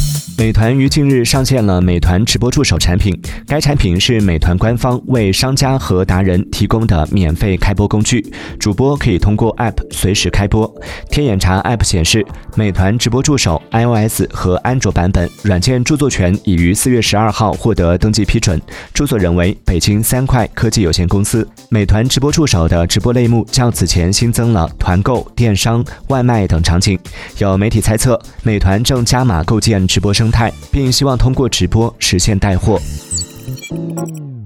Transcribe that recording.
美团于近日上线了美团直播助手产品，该产品是美团官方为商家和达人提供的免费开播工具，主播可以通过 App 随时开播。天眼查 App 显示，美团直播助手 iOS 和安卓版本软件著作权已于4月12号获得登记批准，著作人为北京3块科技有限公司。美团直播助手的直播类目较此前新增了团购、电商、外卖等场景。有媒体猜测，美团正加码构建直播生态，并希望通过直播实现带货。